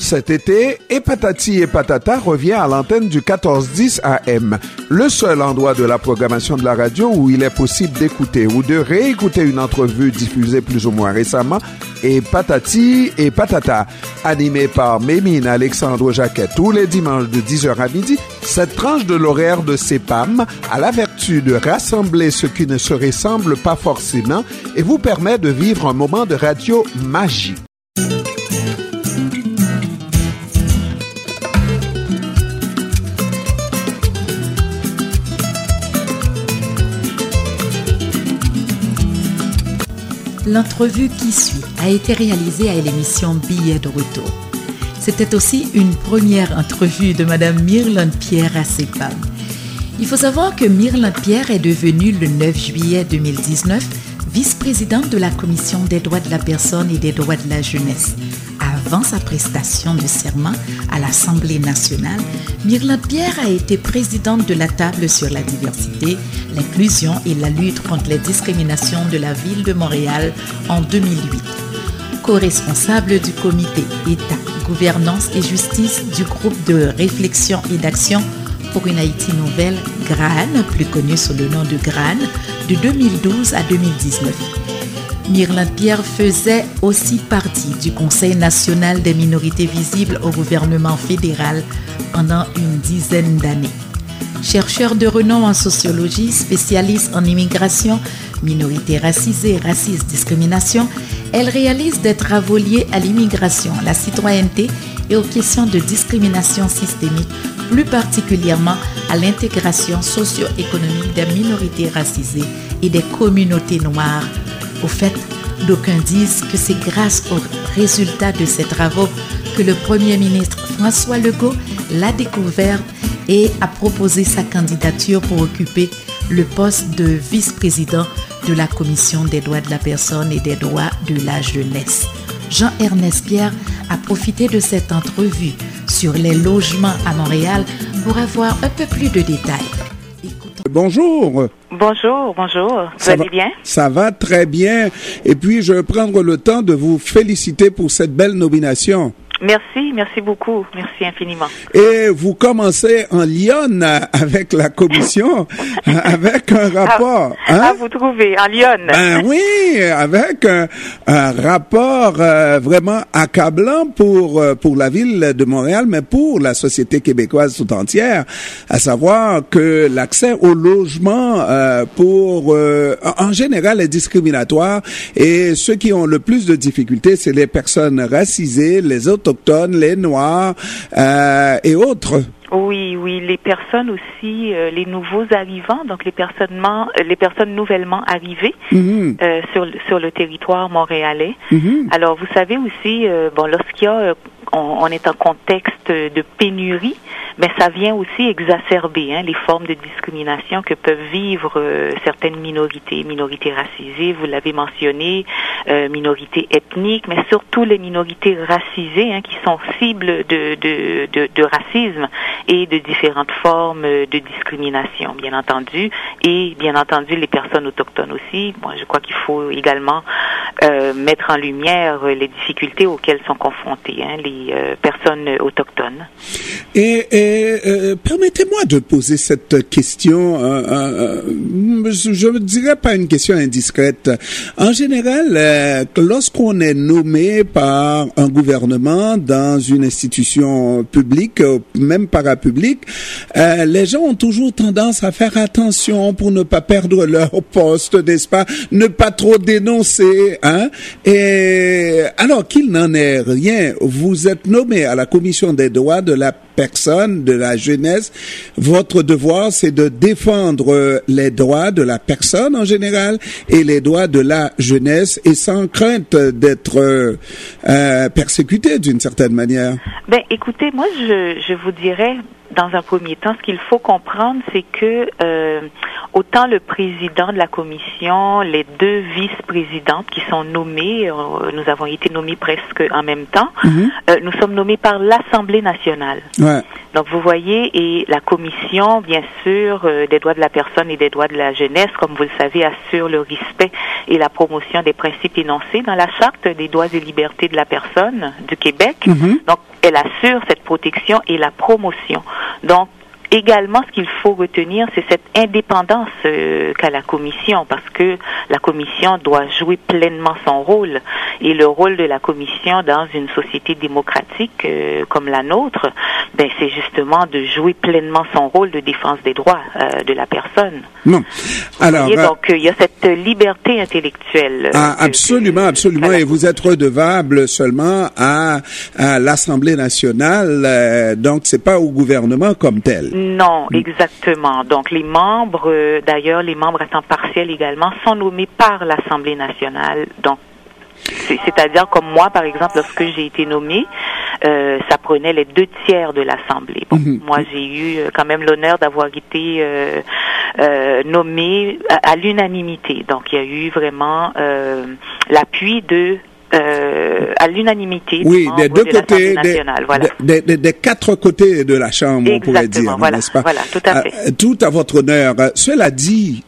Cet été, Et Patati et Patata revient à l'antenne du 1410 AM, le seul endroit de la programmation de la radio où il est possible d'écouter ou de réécouter une entrevue diffusée plus ou moins récemment, Et Patati et Patata, animé par Mémine Alexandre Jacquet tous les dimanches de 10h à midi. Cette tranche de l'horaire de CEPAM a la vertu de rassembler ce qui ne se ressemble pas forcément et vous permet de vivre un moment de radio magique. L'entrevue qui suit a été réalisée à l'émission Billets de retour. C'était aussi une première entrevue de Madame Myrlande Pierre à CEPAM. Il faut savoir que Myrlande Pierre est devenue le 9 juillet 2019 vice-présidente de la Commission des droits de la personne et des droits de la jeunesse. Avant sa prestation de serment à l'Assemblée nationale, Myrlande Pierre a été présidente de la table sur la diversité, l'inclusion et la lutte contre les discriminations de la ville de Montréal en 2008. Co-responsable du comité État, Gouvernance et Justice du groupe de réflexion et d'action pour une Haïti nouvelle, GRAAN, plus connu sous le nom de GRAAN, de 2012 à 2019. Myrlande Pierre faisait aussi partie du Conseil national des minorités visibles au gouvernement fédéral pendant une dizaine d'années. Chercheur de renom en sociologie, spécialiste en immigration, minorités racisées, racisme, discrimination, elle réalise des travaux liés à l'immigration, la citoyenneté et aux questions de discrimination systémique, plus particulièrement à l'intégration socio-économique des minorités racisées et des communautés noires. Au fait, d'aucuns disent que c'est grâce aux résultats de ces travaux que le Premier ministre François Legault l'a découverte et a proposé sa candidature pour occuper le poste de vice-président de la Commission des droits de la personne et des droits de la jeunesse. Jean-Ernest Pierre a profité de cette entrevue sur les logements à Montréal pour avoir un peu plus de détails. Bonjour. Bonjour. Vous allez bien? Ça va très bien. Et puis, je vais prendre le temps de vous féliciter pour cette belle nomination. Merci beaucoup. Merci infiniment. Et vous commencez en Lyon avec la commission, avec un rapport. Vous trouvez, en Lyon. Ben oui, avec un rapport vraiment accablant pour la ville de Montréal, mais pour la société québécoise tout entière, à savoir que l'accès au logement en général est discriminatoire et ceux qui ont le plus de difficultés, c'est les personnes racisées, les autochtones, les Noirs et autres. Oui, les personnes aussi, les nouveaux arrivants, donc les personnes nouvellement arrivées sur le territoire montréalais. Alors, vous savez aussi, lorsqu'il y a on est en contexte de pénurie, mais ça vient aussi exacerber les formes de discrimination que peuvent vivre certaines minorités racisées, vous l'avez mentionné, minorités ethniques, mais surtout les minorités racisées qui sont cibles de racisme et de différentes formes de discrimination, bien entendu, et bien entendu les personnes autochtones aussi. Moi, je crois qu'il faut également mettre en lumière les difficultés auxquelles sont confrontées les personnes autochtones. Et permettez-moi de poser cette question, je ne dirais pas une question indiscrète. En général, lorsqu'on est nommé par un gouvernement dans une institution publique, même parapublique, les gens ont toujours tendance à faire attention pour ne pas perdre leur poste, n'est-ce pas? Ne pas trop dénoncer, Et alors qu'il n'en est rien, vous êtes nommé à la Commission des droits de la personne, de la jeunesse. Votre devoir, c'est de défendre les droits de la personne en général et les droits de la jeunesse et sans crainte d'être persécuté d'une certaine manière. Écoutez, moi, je vous dirais, dans un premier temps, ce qu'il faut comprendre, c'est que autant le président de la commission, les 2 vice-présidentes qui sont nommées, nous avons été nommés presque en même temps, nous sommes nommés par l'Assemblée nationale. Ouais. Donc, vous voyez, et la commission, bien sûr, des droits de la personne et des droits de la jeunesse, comme vous le savez, assure le respect et la promotion des principes énoncés dans la Charte des droits et libertés de la personne du Québec. Donc, elle assure cette protection et la promotion. Donc, également, ce qu'il faut retenir, c'est cette indépendance qu'a la commission, parce que la commission doit jouer pleinement son rôle. Et le rôle de la commission dans une société démocratique comme la nôtre, ben, c'est justement de jouer pleinement son rôle de défense des droits de la personne. Non. Alors, voyez, donc, il y a cette liberté intellectuelle. Absolument. Et vous êtes redevable seulement à l'Assemblée nationale, donc c'est pas au gouvernement comme tel. Non, exactement. Donc, les membres, d'ailleurs, les membres à temps partiel également, sont nommés par l'Assemblée nationale. Donc, c'est-à-dire comme moi, par exemple, lorsque j'ai été nommée, ça prenait les 2/3 de l'Assemblée. Bon, moi, j'ai eu quand même l'honneur d'avoir été nommée à l'unanimité. Donc, il y a eu vraiment l'appui à l'unanimité. Oui, des 2 côtés, voilà. des 4 côtés de la Chambre, exactement, on pourrait dire, voilà, n'est-ce pas? Voilà, tout à fait. Tout à votre honneur. Cela dit,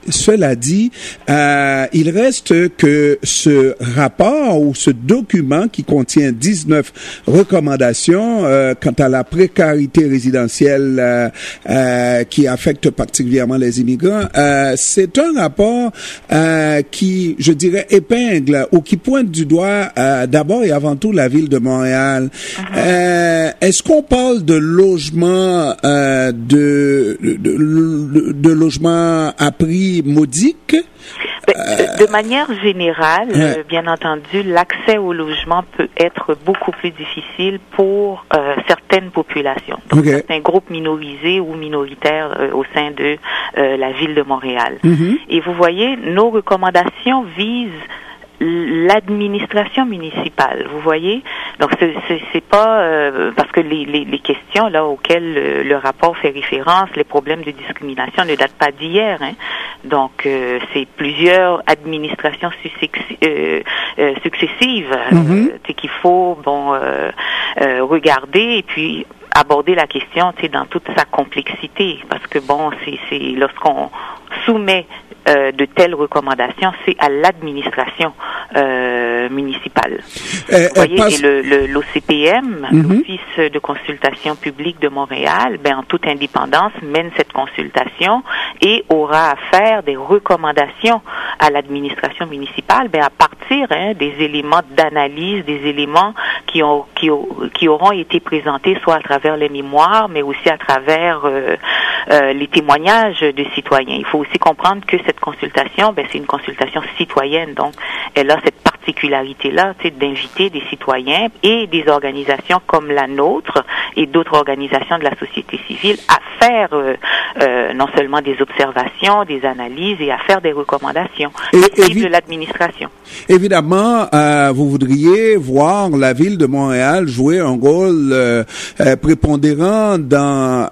il reste que ce rapport ou ce document qui contient 19 recommandations quant à la précarité résidentielle qui affecte particulièrement les immigrants, c'est un rapport qui, je dirais, épingle ou qui pointe du doigt d'abord et avant tout la ville de Montréal. Est-ce qu'on parle de logement de logement à prix modique? De manière générale, bien entendu, l'accès au logement peut être beaucoup plus difficile pour certaines populations, donc certains groupes minorisés ou minoritaires au sein de la ville de Montréal. Et vous voyez, nos recommandations visent l'administration municipale, vous voyez. Donc c'est pas parce que les questions là auxquelles le rapport fait référence, les problèmes de discrimination ne datent pas d'hier. Donc c'est plusieurs administrations successives qu'il faut regarder et puis aborder la question, dans toute sa complexité, parce que c'est lorsqu'on soumet de telles recommandations, c'est à l'administration municipale. Vous voyez, et l'OCPM, l'Office de consultation publique de Montréal, en toute indépendance, mène cette consultation et aura à faire des recommandations à l'administration municipale, à partir des éléments d'analyse, des éléments qui auront été présentés soit à travers les mémoires, mais aussi à travers les témoignages de citoyens. Il faut aussi comprendre que cette consultation, c'est une consultation citoyenne, donc elle a cette particularité-là, d'inviter des citoyens et des organisations comme la nôtre et d'autres organisations de la société civile à faire non seulement des observations, des analyses et à faire des recommandations de l'administration. Évidemment, vous voudriez voir la ville de Montréal jouer un rôle prépondérant dans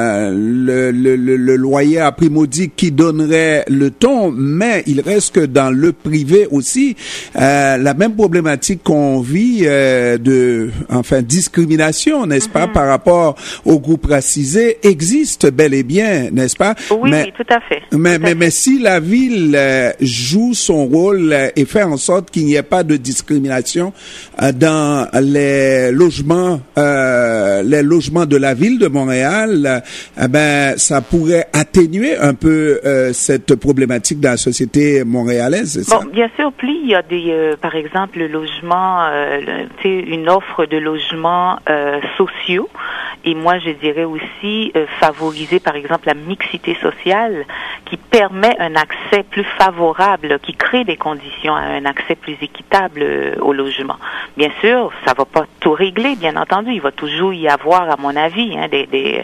le loyer à prix modique qui donnerait le ton, mais il reste que dans le privé aussi, la même problématique qu'on vit discrimination, n'est-ce pas, par rapport aux groupes racisés existe bel et bien, n'est-ce pas? Oui, tout à fait. Mais si la ville joue son rôle et fait en sorte qu'il n'y ait pas de discrimination dans les logements de la ville de Montréal, ça pourrait atténuer un peu cette problématique dans la société montréalaise, c'est ça? Bien sûr, plus il y a par exemple, le logement, une offre de logements sociaux, et moi je dirais aussi favoriser par exemple la mixité sociale qui permet un accès plus favorable, qui crée des conditions à un accès plus équitable au logement. Bien sûr, ça va pas tout régler, bien entendu, il va toujours y avoir, à mon avis,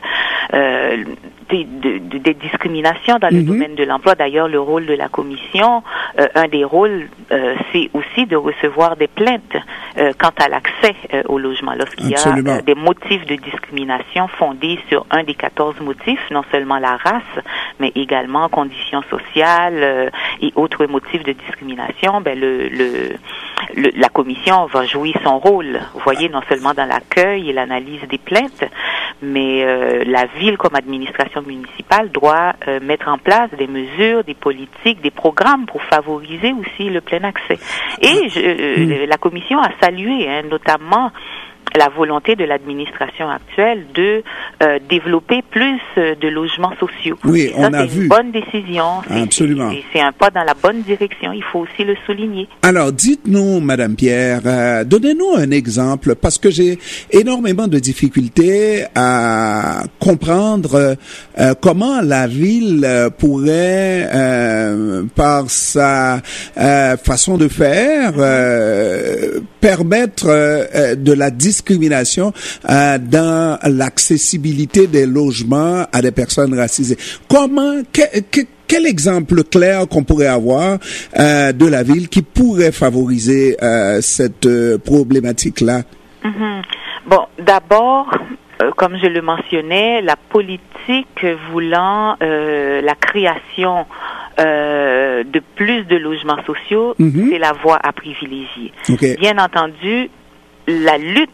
des discriminations dans le domaine de l'emploi. D'ailleurs, le rôle de la commission, un des rôles, c'est aussi de recevoir des plaintes quant à l'accès au logement. Lorsqu'il y a des motifs de discrimination fondés sur un des 14 motifs, non seulement la race, mais également conditions sociales et autres motifs de discrimination, ben la commission va jouer son rôle. Vous voyez, non seulement dans l'accueil et l'analyse des plaintes, mais la ville comme administration municipale doit mettre en place des mesures, des politiques, des programmes pour favoriser aussi le plein accès. Et la commission a salué, notamment la volonté de l'administration actuelle de développer plus de logements sociaux. Oui, on a vu. C'est une bonne décision. Absolument. C'est un pas dans la bonne direction. Il faut aussi le souligner. Alors, dites-nous, Madame Pierre, donnez-nous un exemple, parce que j'ai énormément de difficultés à comprendre comment la ville pourrait, par sa façon de faire, permettre de la discrimination dans l'accessibilité des logements à des personnes racisées. Quel exemple clair qu'on pourrait avoir de la ville qui pourrait favoriser cette problématique-là? Bon, d'abord, comme je le mentionnais, la politique voulant la création de plus de logements sociaux, c'est la voie à privilégier. Okay. Bien entendu, la lutte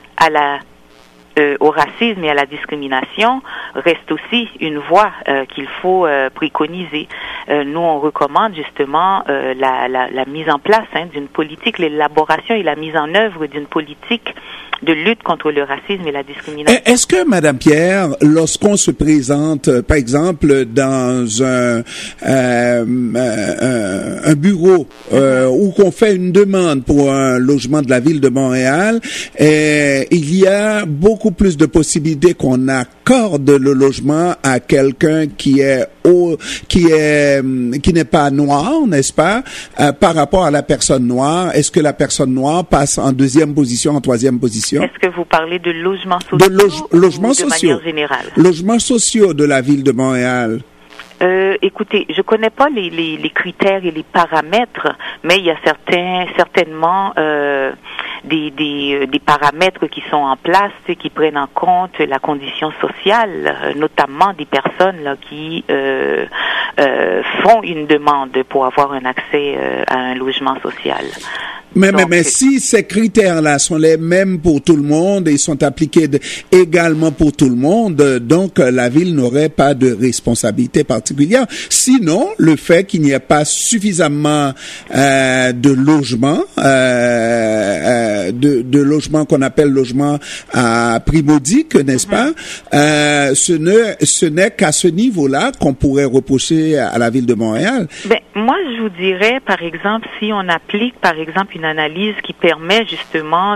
au racisme et à la discrimination reste aussi une voie qu'il faut préconiser. Nous, on recommande justement la mise en place d'une politique, l'élaboration et la mise en œuvre d'une politique de lutte contre le racisme et la discrimination. Est-ce que, Madame Pierre, lorsqu'on se présente, par exemple, dans un bureau où qu'on fait une demande pour un logement de la ville de Montréal, il y a beaucoup plus de possibilités qu'on accorde le logement à quelqu'un qui n'est pas noir, n'est-ce pas, par rapport à la personne noire? Est-ce que la personne noire passe en deuxième position, en troisième position? Est-ce que vous parlez de logements sociaux logements de manière générale? Logements sociaux de la ville de Montréal. Écoutez, je connais pas les critères et les paramètres, mais il y a certainement des paramètres qui sont en place et qui prennent en compte la condition sociale, notamment des personnes là qui font une demande pour avoir un accès à un logement social. Mais si ces critères-là sont les mêmes pour tout le monde et sont appliqués également pour tout le monde, donc la ville n'aurait pas de responsabilité particulière. Sinon, le fait qu'il n'y ait pas suffisamment de logements, de logements qu'on appelle logements à prix modique, n'est-ce pas, ce n'est qu'à ce niveau-là qu'on pourrait reprocher à la ville de Montréal. Moi, je vous dirais, par exemple, si on applique, par exemple, une analyse qui permet justement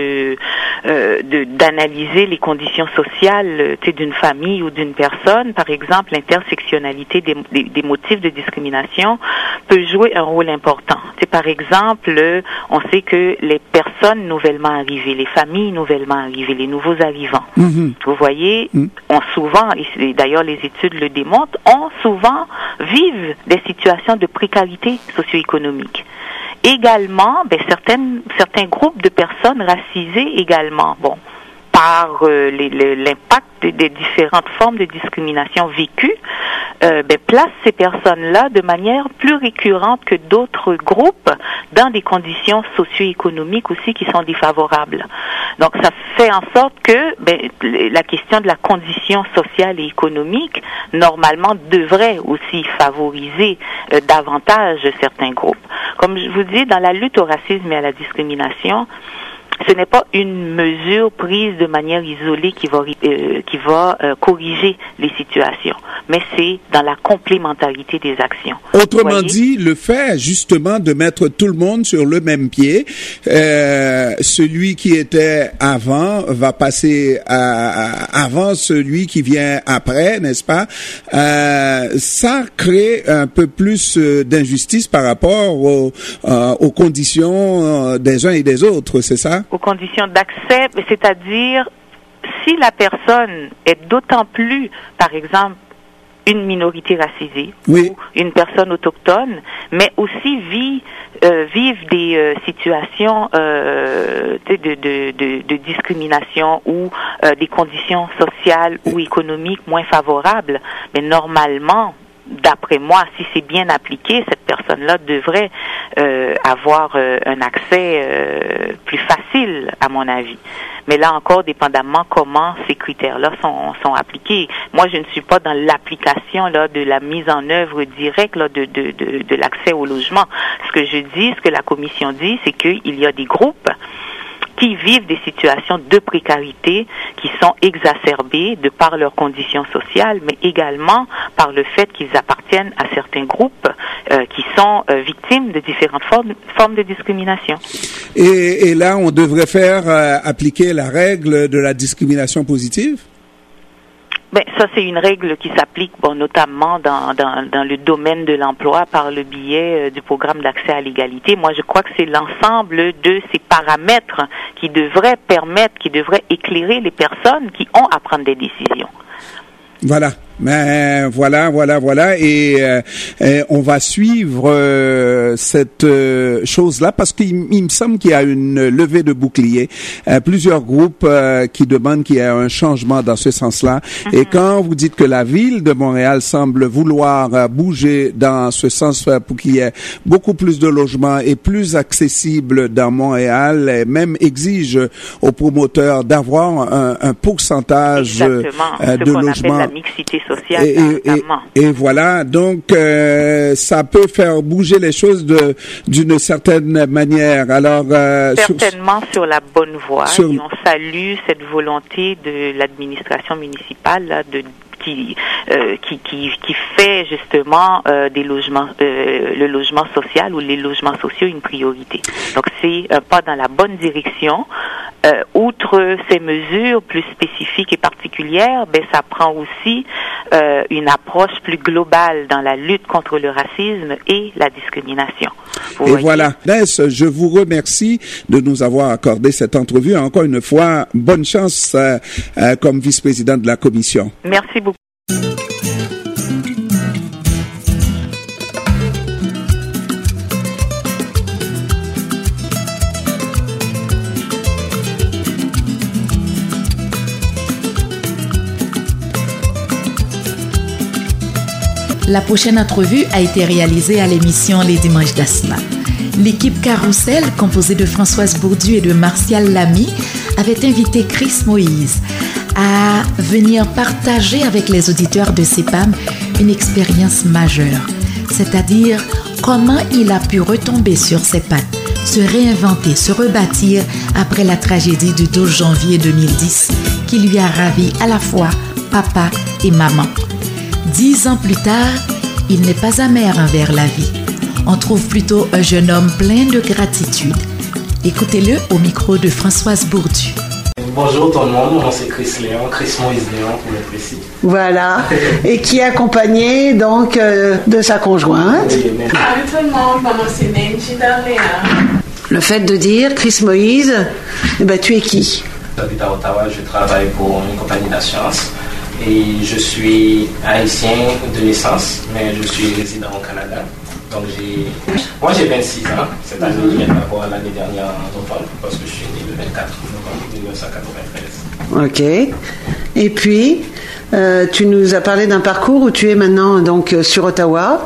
d'analyser les conditions sociales d'une famille ou d'une personne, par exemple, l'intersectionnalité des motifs de discrimination peut jouer un rôle important. Par exemple, on sait que les personnes nouvellement arrivées, les familles nouvellement arrivées, les nouveaux arrivants, vous voyez, ont souvent, et d'ailleurs les études le démontrent, vivent des situations de précarité socio-économique. Également, certains groupes de personnes racisées également, par l'impact des différentes formes de discrimination vécues, place ces personnes-là de manière plus récurrente que d'autres groupes dans des conditions socio-économiques aussi qui sont défavorables. Donc, ça fait en sorte que la question de la condition sociale et économique, normalement, devrait aussi favoriser davantage certains groupes. Comme je vous dis, dans la lutte au racisme et à la discrimination, ce n'est pas une mesure prise de manière isolée qui va corriger les situations, mais c'est dans la complémentarité des actions. Autrement dit, le fait justement de mettre tout le monde sur le même pied, celui qui était avant va passer avant celui qui vient après, n'est-ce pas? Ça crée un peu plus d'injustice par rapport aux conditions des uns et des autres, c'est ça? Aux conditions d'accès, c'est-à-dire, si la personne est d'autant plus, par exemple, une minorité racisée oui. ou une personne autochtone, mais aussi vivent des situations de discrimination ou des conditions sociales ou économiques moins favorables, mais normalement, d'après moi, si c'est bien appliqué, cette personne-là devrait avoir un accès plus facile, à mon avis. Mais là encore, dépendamment comment ces critères-là sont appliqués. Moi, je ne suis pas dans l'application là de la mise en œuvre directe là, de l'accès au logement. Ce que je dis, ce que la commission dit, c'est qu'il y a des groupes qui vivent des situations de précarité qui sont exacerbées de par leurs conditions sociales, mais également par le fait qu'ils appartiennent à certains groupes qui sont victimes de différentes formes de discrimination. Et là, on devrait faire appliquer la règle de la discrimination positive? Ben, ça, c'est une règle qui s'applique, notamment dans le domaine de l'emploi par le biais du programme d'accès à l'égalité. Moi, je crois que c'est l'ensemble de ces paramètres qui devraient éclairer les personnes qui ont à prendre des décisions. Voilà. Mais voilà, et on va suivre cette chose-là parce qu'il me semble qu'il y a une levée de bouclier, plusieurs groupes qui demandent qu'il y ait un changement dans ce sens-là. Et quand vous dites que la ville de Montréal semble vouloir bouger dans ce sens pour qu'il y ait beaucoup plus de logements et plus accessible dans Montréal, et même exige aux promoteurs d'avoir un pourcentage de logements. La mixité sociale, et voilà, donc ça peut faire bouger les choses d'une certaine manière. Alors certainement sur la bonne voie. Et on salue cette volonté de l'administration municipale là, qui fait justement des logements, le logement social ou les logements sociaux une priorité. Donc c'est un pas dans la bonne direction. Outre ces mesures plus spécifiques et particulières, ça prend aussi une approche plus globale dans la lutte contre le racisme et la discrimination. Voilà. Ness, je vous remercie de nous avoir accordé cette entrevue. Encore une fois, bonne chance comme vice-présidente de la commission. Merci beaucoup. La prochaine entrevue a été réalisée à l'émission Les Dimanches d'Asma. L'équipe Carousel, composée de Françoise Bourdu et de Martial Lamy, avait invité Chris Moïse à venir partager avec les auditeurs de CEPAM une expérience majeure, c'est-à-dire comment il a pu retomber sur ses pattes, se réinventer, se rebâtir après la tragédie du 12 janvier 2010 qui lui a ravi à la fois papa et maman. 10 ans plus tard, il n'est pas amer envers la vie. On trouve plutôt un jeune homme plein de gratitude. Écoutez-le au micro de Françoise Bourdu. Bonjour tout le monde, mon nom c'est Chris Moïse Léon pour être précis. Voilà, et qui est accompagné donc de sa conjointe. Oui, salut tout le monde, mon nom c'est Nenji Darléa. Le fait de dire Chris Moïse, tu es qui? J'habite à Ottawa, je travaille pour une compagnie d'assurance. Et je suis haïtien de naissance, mais je suis résident au Canada. Donc moi j'ai 26 ans. Cette année, je viens d'avoir l'année dernière en novembre, parce que je suis né le 24 novembre 1993. Ok. Et puis, tu nous as parlé d'un parcours où tu es maintenant donc sur Ottawa.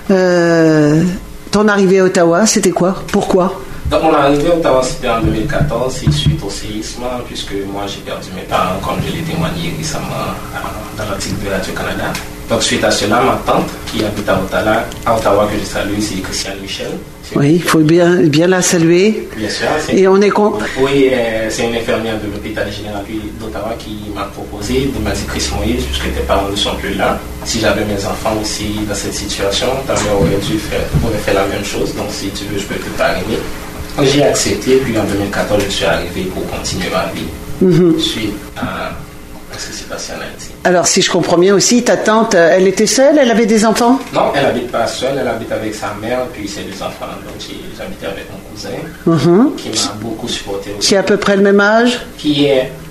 Ton arrivée à Ottawa, c'était quoi? Pourquoi? Donc mon arrivée à Ottawa, c'était en 2014, suite au séisme, puisque moi j'ai perdu mes parents, comme je l'ai témoigné récemment dans l'article de Radio-Canada. Donc suite à cela, ma tante, qui habite à Ottawa, que je salue, c'est Christiane Michel. Oui, il faut bien la saluer. Bien sûr. Et on est content. Oui, c'est une infirmière de l'hôpital général d'Ottawa qui m'a proposé de m'aider Chris Moïse, puisque tes parents ne sont plus là. Si j'avais mes enfants aussi dans cette situation, ta mère aurait fait la même chose. Donc si tu veux, je peux te parrainer. J'ai accepté, puis en 2014, je suis arrivé pour continuer ma vie suite à ce qui s'est passé en Haïti. Alors, si je comprends bien aussi, ta tante, elle était seule? Elle avait des enfants? Non, elle n'habite pas seule, elle habite avec sa mère, puis ses 2 enfants. Donc, j'habitais avec mon cousin, qui m'a beaucoup supporté aussi. Qui a à peu près le même âge? Qui est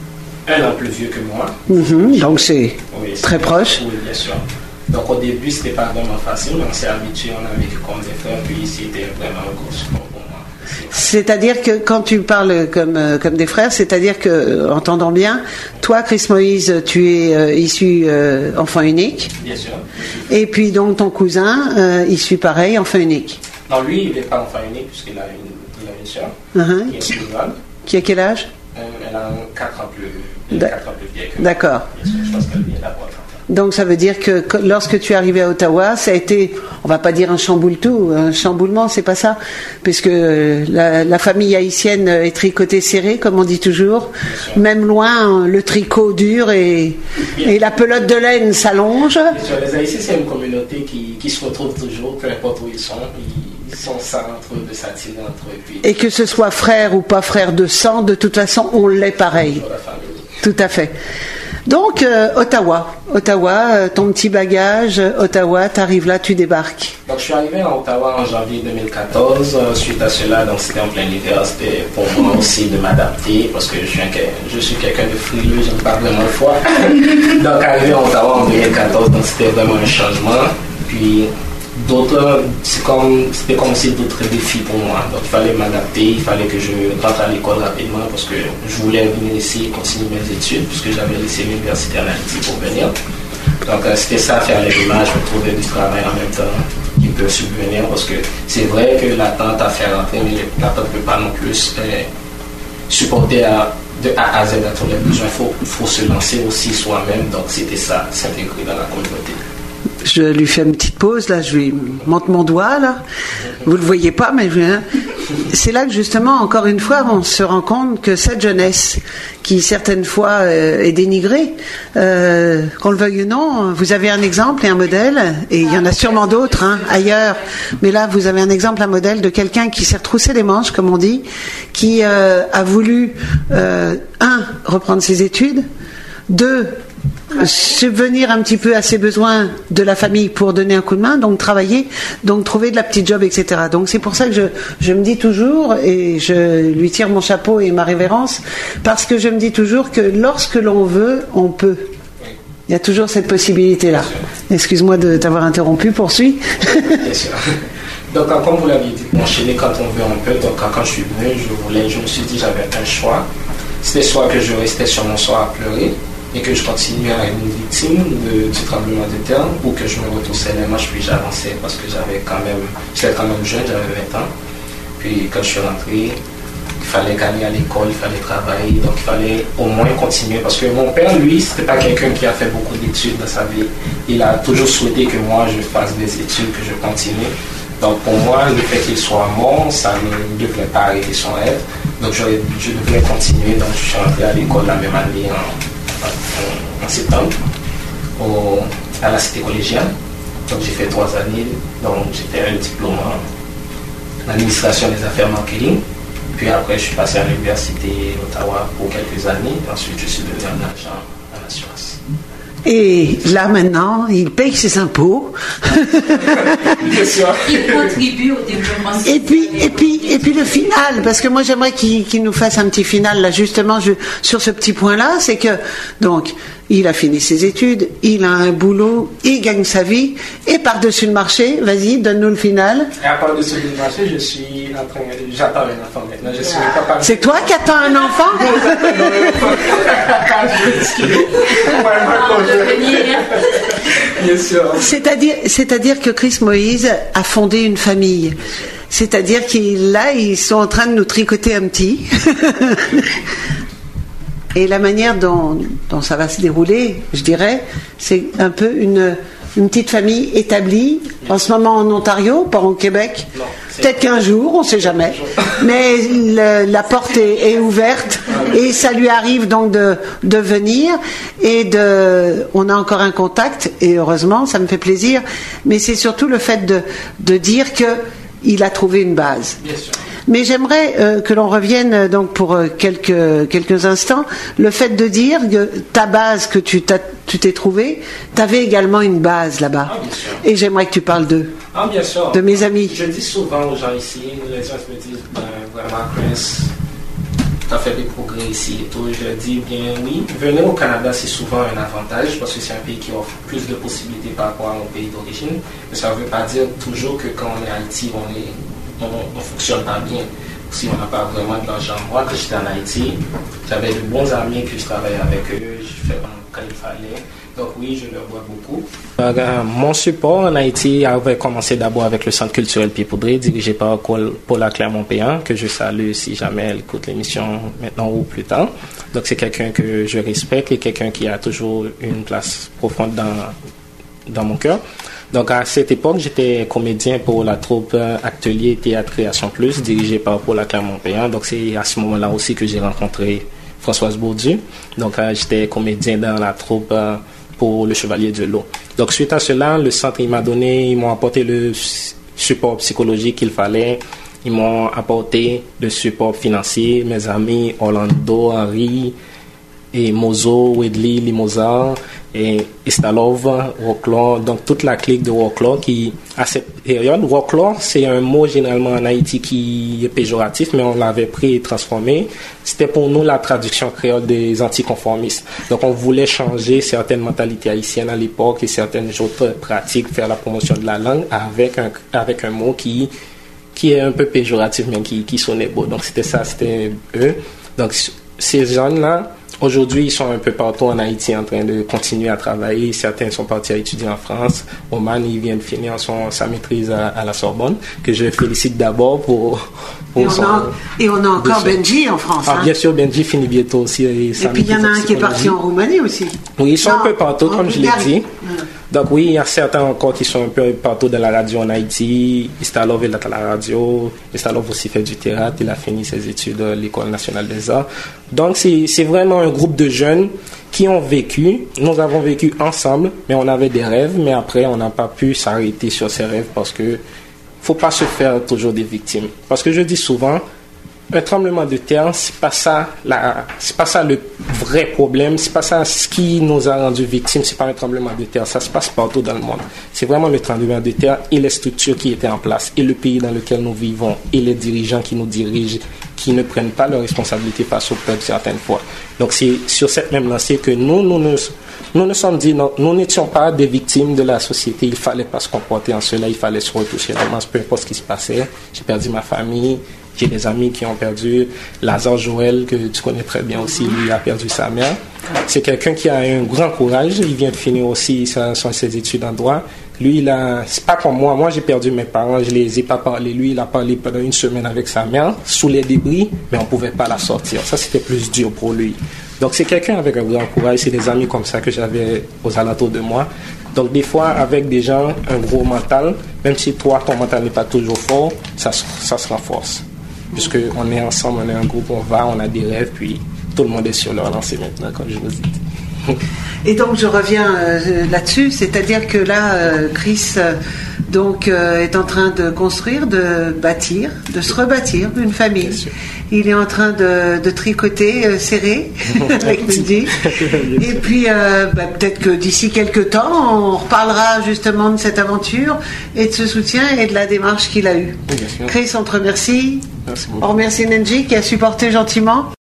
un an plus vieux que moi. Donc c'est très proche. Oui, bien sûr. Donc au début, c'était pas vraiment facile, mais on s'est habitué, on a vécu comme des frères, puis c'était vraiment un gros support pour moi. C'est-à-dire que quand tu parles comme des frères, c'est-à-dire que, entendant bien, toi, Chris Moïse, tu es issu enfant unique. Bien sûr. Et puis donc ton cousin, issu pareil, enfant unique. Non, lui, il n'est pas enfant unique, puisqu'il a une soeur, qui est plus grande. Qui a quel âge? Elle a 4 ans plus vieille que moi. D'accord. Bien sûr, je pense qu'elle vient d'avoir 30 ans. Donc ça veut dire que lorsque tu es arrivé à Ottawa, ça a été, on va pas dire un chamboulement, c'est pas ça, puisque la famille haïtienne est tricotée serrée, comme on dit toujours. Même loin, le tricot dure et la pelote de laine s'allonge. Bien sûr, les Haïtiens, c'est une communauté qui se retrouve toujours, peu importe où ils sont. Ils sont ça entre eux, de s'attirer entre eux. Et que ce soit frère ou pas frère de sang, de toute façon, on l'est pareil. Tout à fait. Donc, Ottawa, ton petit bagage, Ottawa, t'arrives là, tu débarques. Donc, je suis arrivé à Ottawa en janvier 2014. Suite à cela, donc c'était en plein hiver, c'était pour moi aussi de m'adapter parce que je suis quelqu'un de frileux, j'aime pas vraiment le froid. Donc, arrivé à Ottawa en 2014, donc c'était vraiment un changement. Puis, c'était comme aussi d'autres défis pour moi. Donc, il fallait m'adapter, il fallait que je rentre à l'école rapidement parce que je voulais venir ici et continuer mes études puisque j'avais laissé l'université en Haïti pour venir. Donc, c'était ça, faire les démarches, trouver du travail en même temps qui peut subvenir parce que c'est vrai que l'attente à faire rentrer, mais l'attente ne peut pas non plus supporter de A à Z à tous les besoins. Il faut se lancer aussi soi-même. Donc, c'était ça, s'intégrer dans la communauté. Je lui fais une petite pause, là, je lui montre mon doigt, là. Vous le voyez pas, mais c'est là que justement, encore une fois, on se rend compte que cette jeunesse, qui certaines fois est dénigrée, qu'on le veuille ou non, vous avez un exemple et un modèle, et il y en a sûrement d'autres, ailleurs, mais là, vous avez un exemple, un modèle de quelqu'un qui s'est retroussé les manches, comme on dit, qui a voulu, reprendre ses études, 2, subvenir un petit peu à ses besoins de la famille pour donner un coup de main, donc travailler, donc trouver de la petite job, etc. Donc c'est pour ça que je me dis toujours, et je lui tire mon chapeau et ma révérence, parce que je me dis toujours que lorsque l'on veut, on peut. Il y a toujours cette possibilité-là. Excuse-moi de t'avoir interrompu, poursuis. Bien sûr. Donc comme vous l'avez dit, enchaîner quand on veut, on peut. Donc quand je suis venu, je me suis dit j'avais un choix. C'était soit que je restais sur mon sort à pleurer, et que je continuais à être une victime du tremblement de terre ou que je me retroussais les manches puis j'avançais parce que j'étais quand même jeune, j'avais 20 ans. Puis quand je suis rentré, il fallait aller à l'école, il fallait travailler, donc il fallait au moins continuer parce que mon père, lui, c'était pas quelqu'un qui a fait beaucoup d'études dans sa vie. Il a toujours souhaité que moi je fasse des études, que je continue. Donc pour moi, le fait qu'il soit mort, ça ne devrait pas arrêter son rêve. Donc je devrais continuer, donc je suis rentré à l'école la même année en septembre à la cité collégiale. Donc j'ai fait 3 années, donc j'ai fait un diplôme en administration des affaires marketing. Puis après je suis passé à l'université d'Ottawa pour quelques années. Ensuite je suis devenu un agent en assurance. Et là maintenant, il paye ses impôts. Il contribue au développement. Et puis le final, parce que moi j'aimerais qu'il nous fasse un petit final là justement sur ce petit point-là, c'est que donc il a fini ses études, il a un boulot, il gagne sa vie, et par-dessus le marché, vas-y, donne-nous le final. Et à par-dessus le marché, j'attends un enfant maintenant. Je suis papa. C'est toi qui attends un enfant? Bien sûr. C'est-à-dire que Chris Moïse a fondé une famille. C'est-à-dire ils sont en train de nous tricoter un petit. Et la manière dont ça va se dérouler, je dirais, c'est un peu une petite famille établie, en ce moment en Ontario, pas au Québec. Non, peut-être qu'un jour, on ne sait jamais. Mais la porte est ouverte et ça lui arrive donc de venir et on a encore un contact et heureusement, ça me fait plaisir. Mais c'est surtout le fait de dire qu'il a trouvé une base. Bien sûr. Mais j'aimerais que l'on revienne donc pour quelques instants, le fait de dire que ta base que tu t'es trouvée, tu avais également une base là-bas. Ah, bien sûr. Et j'aimerais que tu parles d'eux. Ah, bien sûr. De mes amis. Je dis souvent aux gens ici, les gens me disent, vraiment, Chris, tout à fait des progrès ici et tout. Je dis bien oui. Venir au Canada, c'est souvent un avantage parce que c'est un pays qui offre plus de possibilités par rapport à mon pays d'origine. Mais ça ne veut pas dire toujours que quand on est à Haïti, on fonctionne pas bien. Si on n'a pas vraiment de l'argent. Moi, quand j'étais en Haïti, j'avais de bons amis que je travaillais avec eux. Je fais quand il fallait. Donc oui, je leur dois beaucoup. Mon support en Haïti avait commencé d'abord avec le Centre culturel Pied-Poudré, dirigé par Paula Clermont-Péan, que je salue si jamais elle écoute l'émission maintenant ou plus tard. Donc c'est quelqu'un que je respecte et quelqu'un qui a toujours une place profonde dans mon cœur. Donc à cette époque, j'étais comédien pour la troupe Atelier Théâtre Création Plus, dirigée par Paula Clermont-Péan. Donc c'est à ce moment-là aussi que j'ai rencontré Françoise Bourdieu. Donc j'étais comédien dans la troupe pour le Chevalier de l'eau. Donc suite à cela, le centre ils m'ont apporté le support psychologique qu'il fallait. Ils m'ont apporté le support financier. Mes amis Orlando, Henri et Mozo, Wedley, Limosa et Istalov, Rocklor, donc toute la clique de Rocklor qui, à cette période, Rocklor, c'est un mot généralement en Haïti qui est péjoratif, mais on l'avait pris et transformé. C'était pour nous la traduction créole des anticonformistes. Donc on voulait changer certaines mentalités haïtiennes à l'époque et certaines autres pratiques, faire la promotion de la langue avec un mot qui est un peu péjoratif, mais qui sonnait beau. Donc c'était eux. Donc ces jeunes-là, aujourd'hui, ils sont un peu partout en Haïti en train de continuer à travailler. Certains sont partis à étudier en France. Oman, il vient de finir sa maîtrise à la Sorbonne, que je félicite d'abord pour et on a encore Benji en France. Bien sûr, Benji finit bientôt aussi. Et puis il y en a un qui est parti en Roumanie aussi. Oui, ils sont un peu partout, comme je l'ai dit. Donc oui, il y a certains encore qui sont un peu partout de la radio en Haïti. Istalov est à la radio. Istalov aussi fait du théâtre. Il a fini ses études à l'École nationale des arts. Donc c'est vraiment un groupe de jeunes qui ont vécu. Nous avons vécu ensemble, mais on avait des rêves. Mais après, on n'a pas pu s'arrêter sur ces rêves parce que faut pas se faire toujours des victimes. Parce que je dis souvent, un tremblement de terre, c'est pas ça le vrai problème, c'est pas ça ce qui nous a rendu victimes, c'est pas un tremblement de terre, ça se passe partout dans le monde. C'est vraiment le tremblement de terre et les structures qui étaient en place et le pays dans lequel nous vivons et les dirigeants qui nous dirigent, qui ne prennent pas leurs responsabilités face au peuple certaines fois. Donc c'est sur cette même lancée que nous nous sommes dit, non, nous n'étions pas des victimes de la société, il fallait pas se comporter en cela, il fallait se retoucher la masse, peu importe ce qui se passait. J'ai perdu ma famille. J'ai des amis qui ont perdu. Lazare Joël, que tu connais très bien aussi, lui a perdu sa mère. C'est quelqu'un qui a un grand courage. Il vient de finir aussi ses études en droit. Lui, c'est pas comme moi. Moi, j'ai perdu mes parents. Je les ai pas parlé. Lui, il a parlé pendant une semaine avec sa mère, sous les débris, mais on pouvait pas la sortir. Ça, c'était plus dur pour lui. Donc, c'est quelqu'un avec un grand courage. C'est des amis comme ça que j'avais aux alentours de moi. Donc, des fois, avec des gens, un gros mental, même si toi, ton mental n'est pas toujours fort, ça se renforce. Puisqu'on est ensemble, on est un groupe, on a des rêves, puis tout le monde est sur leur lancée maintenant, comme je vous dis. Et donc je reviens là-dessus, c'est-à-dire que là, Chris est en train de construire, de bâtir, de se rebâtir une famille. Il est en train de tricoter serré avec Benji. Et puis peut-être que d'ici quelques temps, on reparlera justement de cette aventure et de ce soutien et de la démarche qu'il a eue. Chris, on te remercie. Merci beaucoup. On remercie Nenji qui a supporté gentiment.